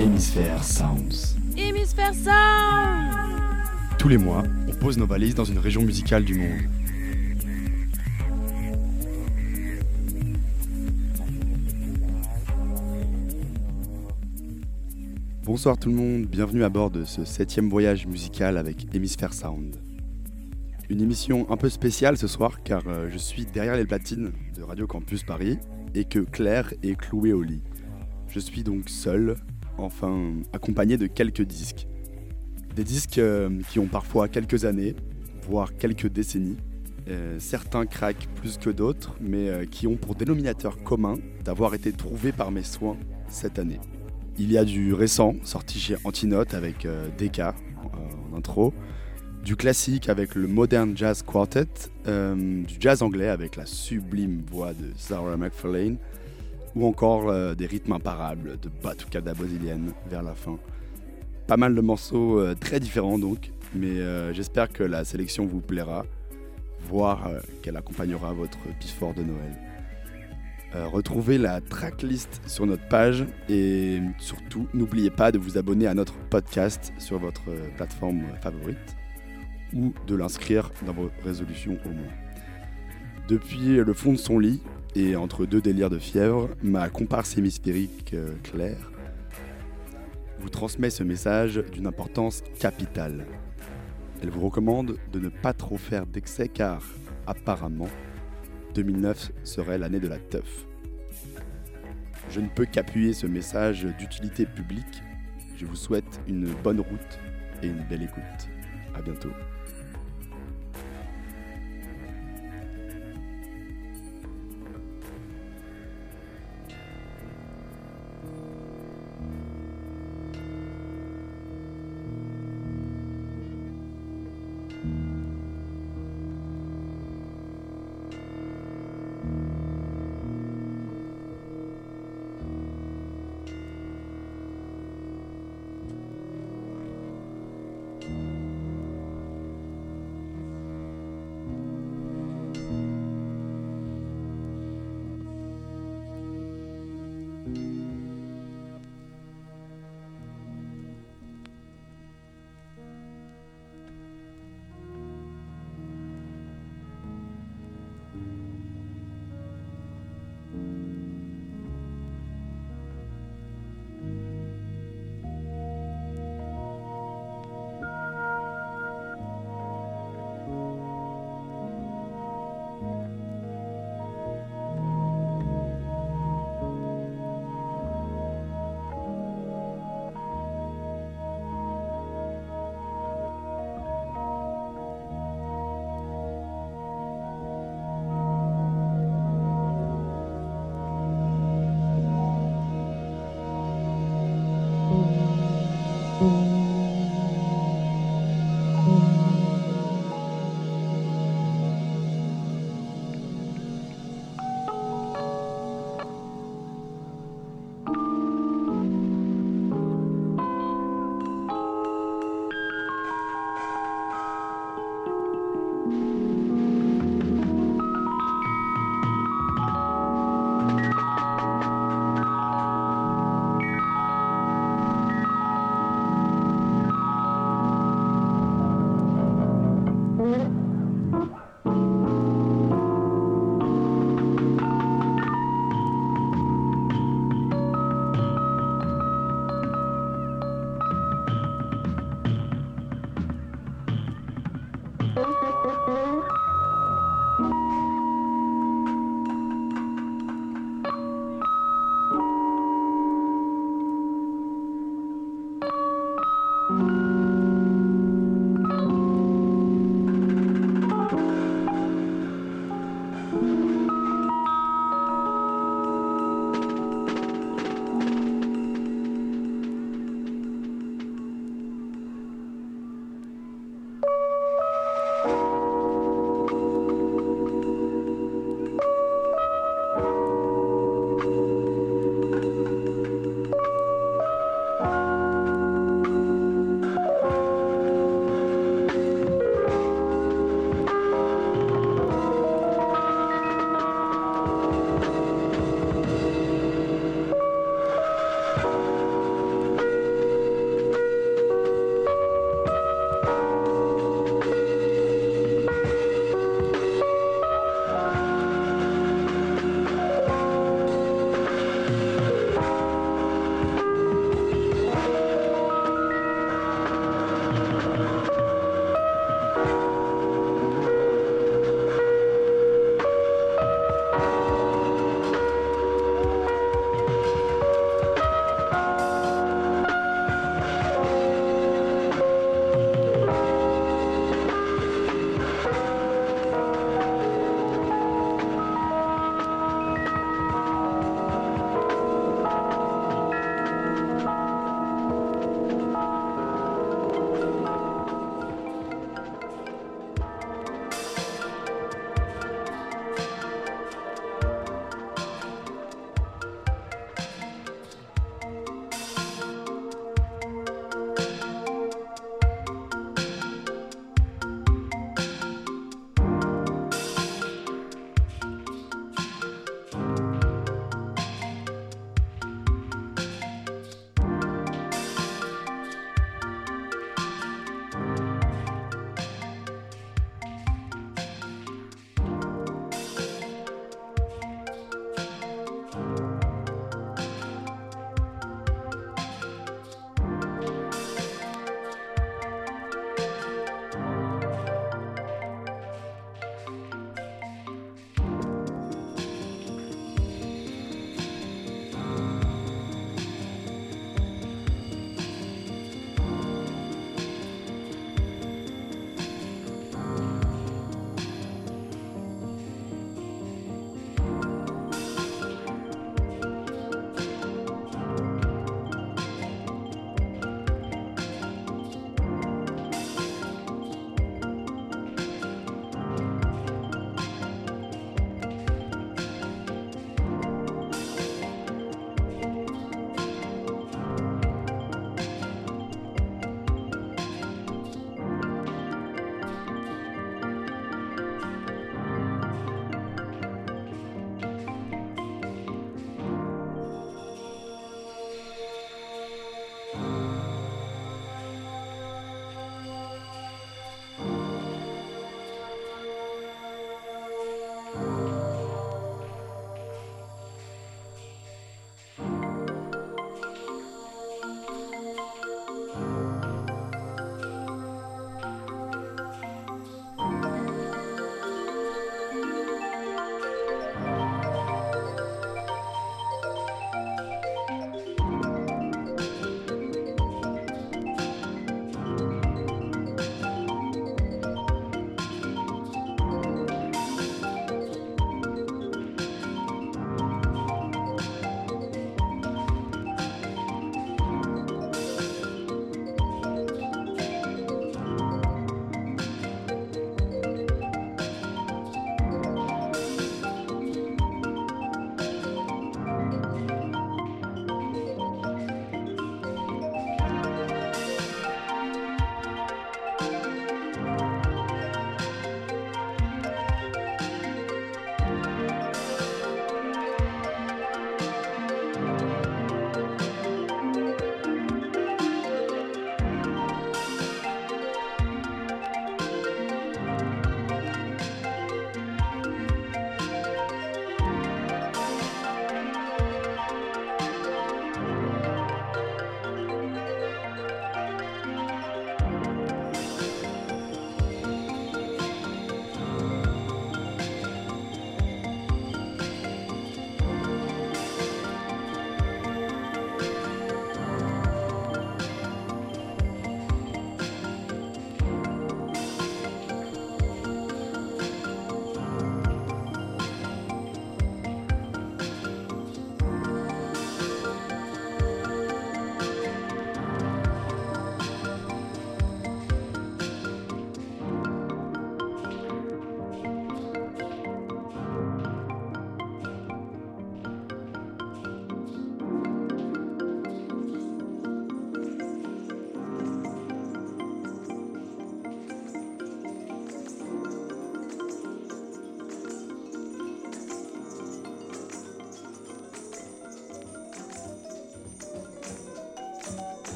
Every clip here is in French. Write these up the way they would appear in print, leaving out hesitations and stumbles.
Hémisphère Sounds. Hémisphère Sounds. Tous les mois, on pose nos valises dans une région musicale du monde. Bonsoir tout le monde, bienvenue à bord de ce 7e voyage musical avec Hémisphère Sound. Une émission un peu spéciale ce soir car je suis derrière les platines de Radio Campus Paris et que Claire est clouée au lit. Je suis donc seul, enfin accompagné de quelques disques. Des disques qui ont parfois quelques années, voire quelques décennies. Certains craquent plus que d'autres, mais qui ont pour dénominateur commun d'avoir été trouvés par mes soins cette année. Il y a du récent, sorti chez Antinote avec DK en intro, du classique avec le Modern Jazz Quartet, du jazz anglais avec la sublime voix de Sarah McFarlane, ou encore des rythmes imparables de batucada brésilienne vers la fin. Pas mal de morceaux très différents donc, mais j'espère que la sélection vous plaira, voire qu'elle accompagnera votre before de Noël. Retrouvez la tracklist sur notre page et surtout n'oubliez pas de vous abonner à notre podcast sur votre plateforme favorite ou de l'inscrire dans vos résolutions au moins. Depuis le fond de son lit et entre deux délires de fièvre, ma comparse hémisphérique Claire vous transmet ce message d'une importance capitale. Elle vous recommande de ne pas trop faire d'excès car, apparemment, 2009 serait l'année de la teuf. Je ne peux qu'appuyer ce message d'utilité publique. Je vous souhaite une bonne route et une belle écoute. À bientôt.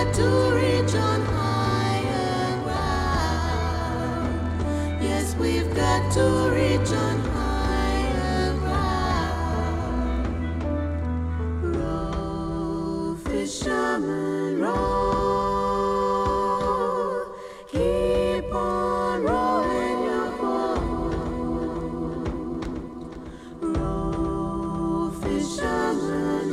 got to reach on higher ground. Yes, we've got to reach on higher ground. Row, fisherman, row. Keep on rowing your boat. Row, fisherman,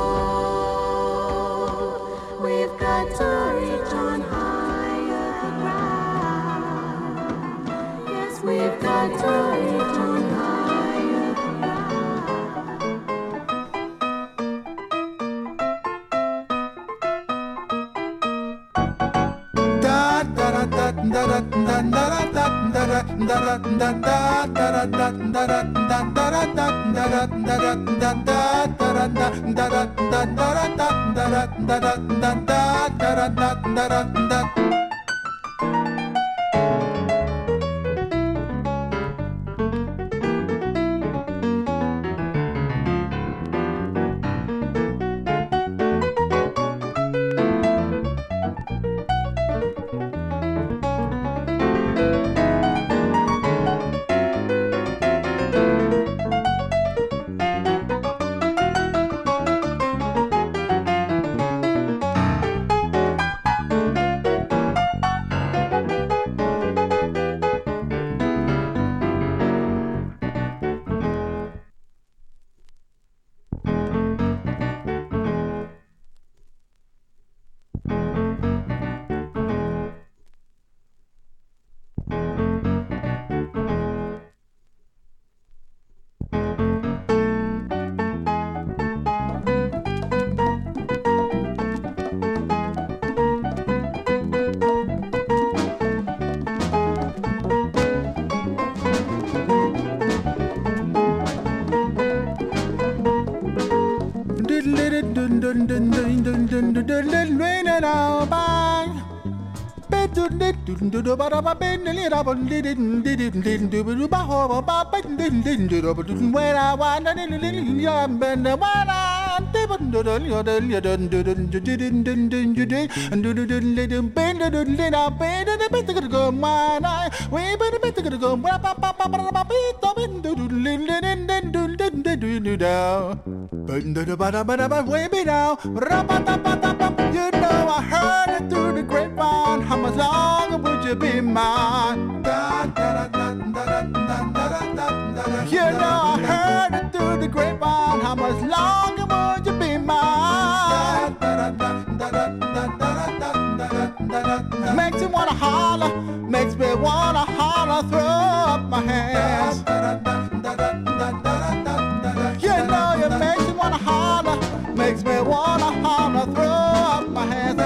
row. We've got to reach on higher ground. Yes, we've got to reach on higher Way me now, you know I heard it through the grapevine. How much longer would you be mine? You know I heard it through the grapevine. How much longer would you be mine? Makes me wanna holler, makes me wanna holler, throw up my hands. You know it makes me wanna holler, makes me wanna holler, throw up my hands.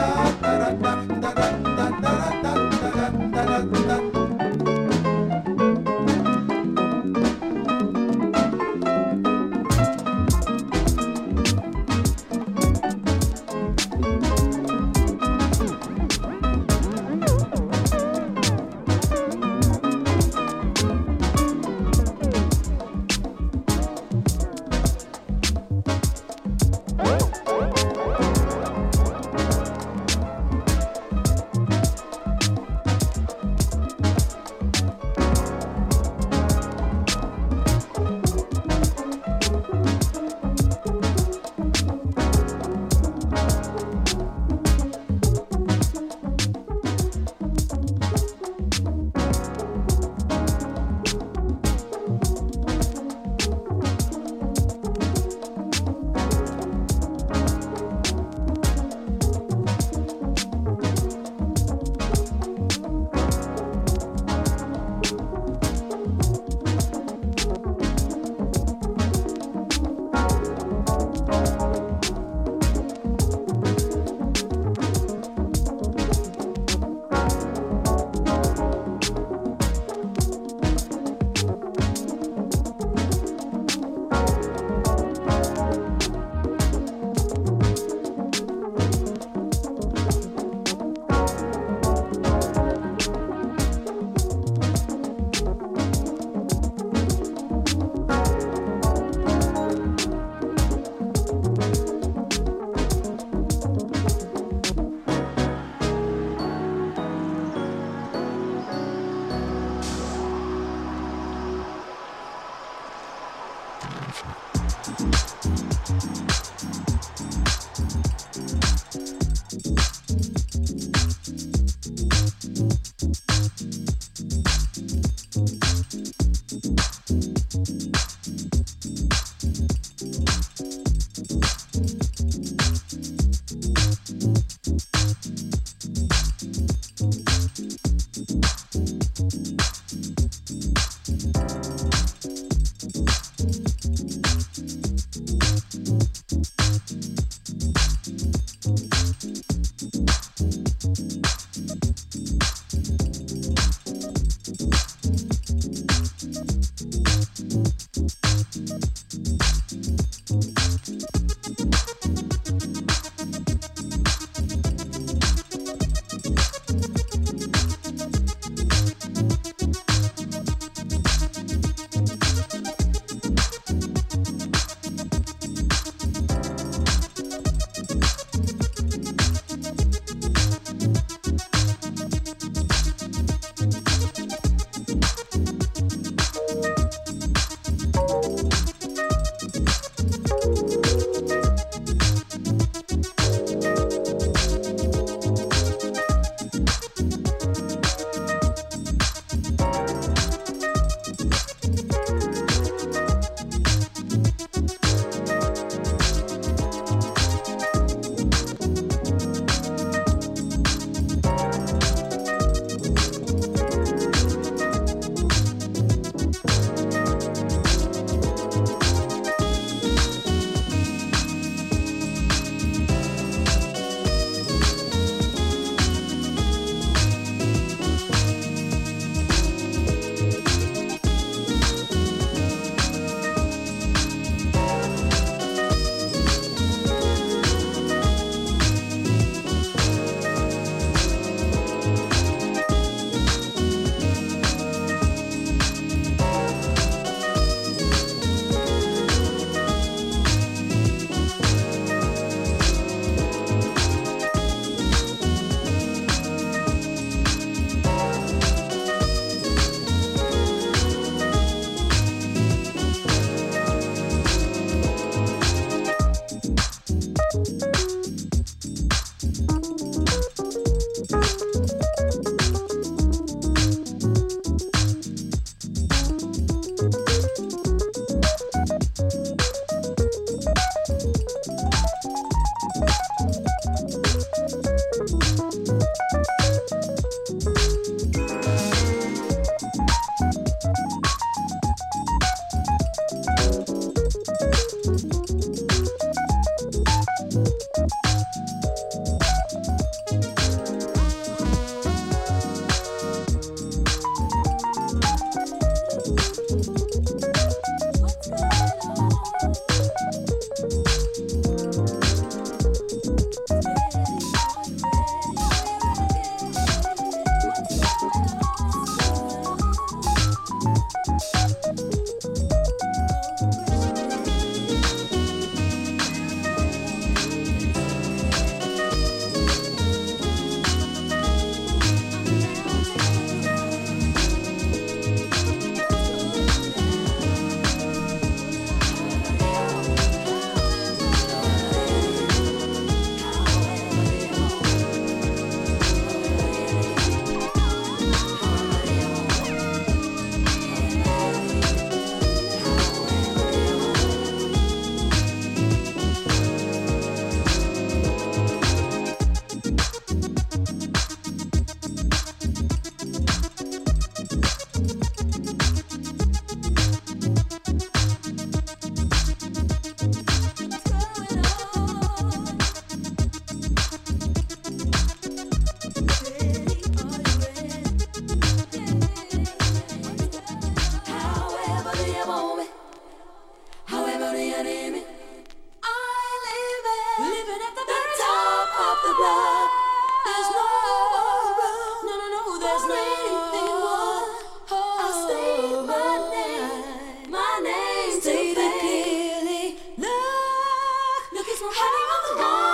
around. There's no one around. No, no, no, there's no anyone. I'll state my name stay clearly. Look, it's one hanging on the wall.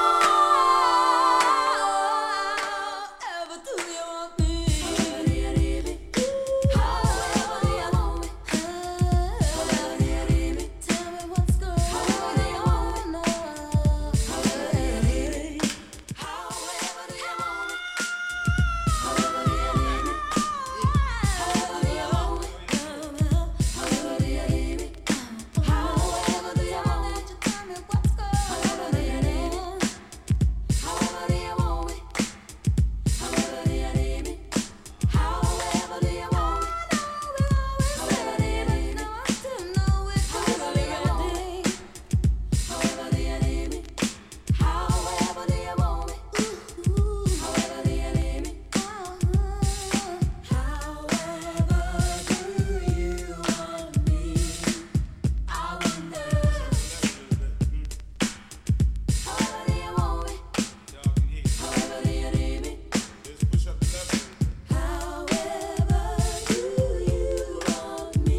Ever do you want me? However do you want me? However do you need me? Tell me what's going on. However do you want me? However do you need me? However do you want me? However do you need me? However do you want me? However do you need me? However do you want me? Tell me what's going on. However do you need me? However do you want me? However do you need me? However do you want me? However do you need me? I still know it. However do you want me? However do you need me? However do you want me? However do you need me? However do you want me? I wonder. However do you want me? However do you need me? However do you want me?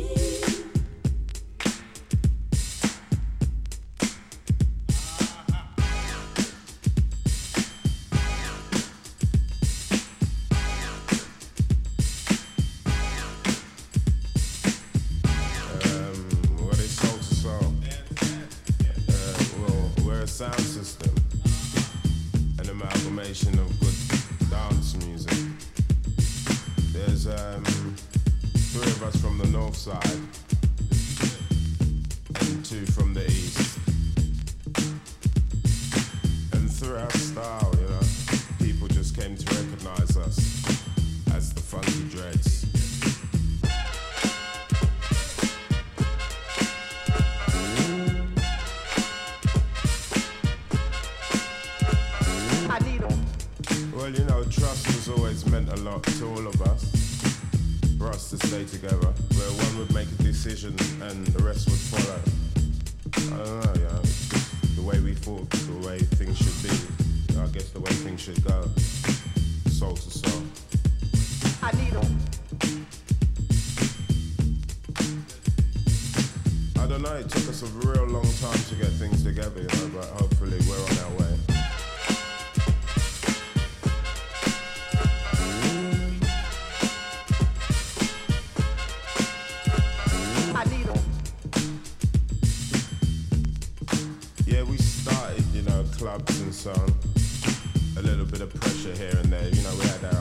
What is soul to soul? Well, we're a sound system, an amalgamation of good dance music. There's three of us from the north side and two from the east. And through our style, you know, people just came to recognize us as the Funky Dreads. Well, you know, trust has always meant a lot to all of us, for us to stay together, where one would make a decision and the rest would follow. I don't know, you know, the way we thought, the way things should be, I guess the way things should go, soul to soul. I don't know, it took us a real long time to get things together, you know, but hopefully we're on our way. Yeah, we started, you know, clubs and so on. A little bit of pressure here and there. You know, we had our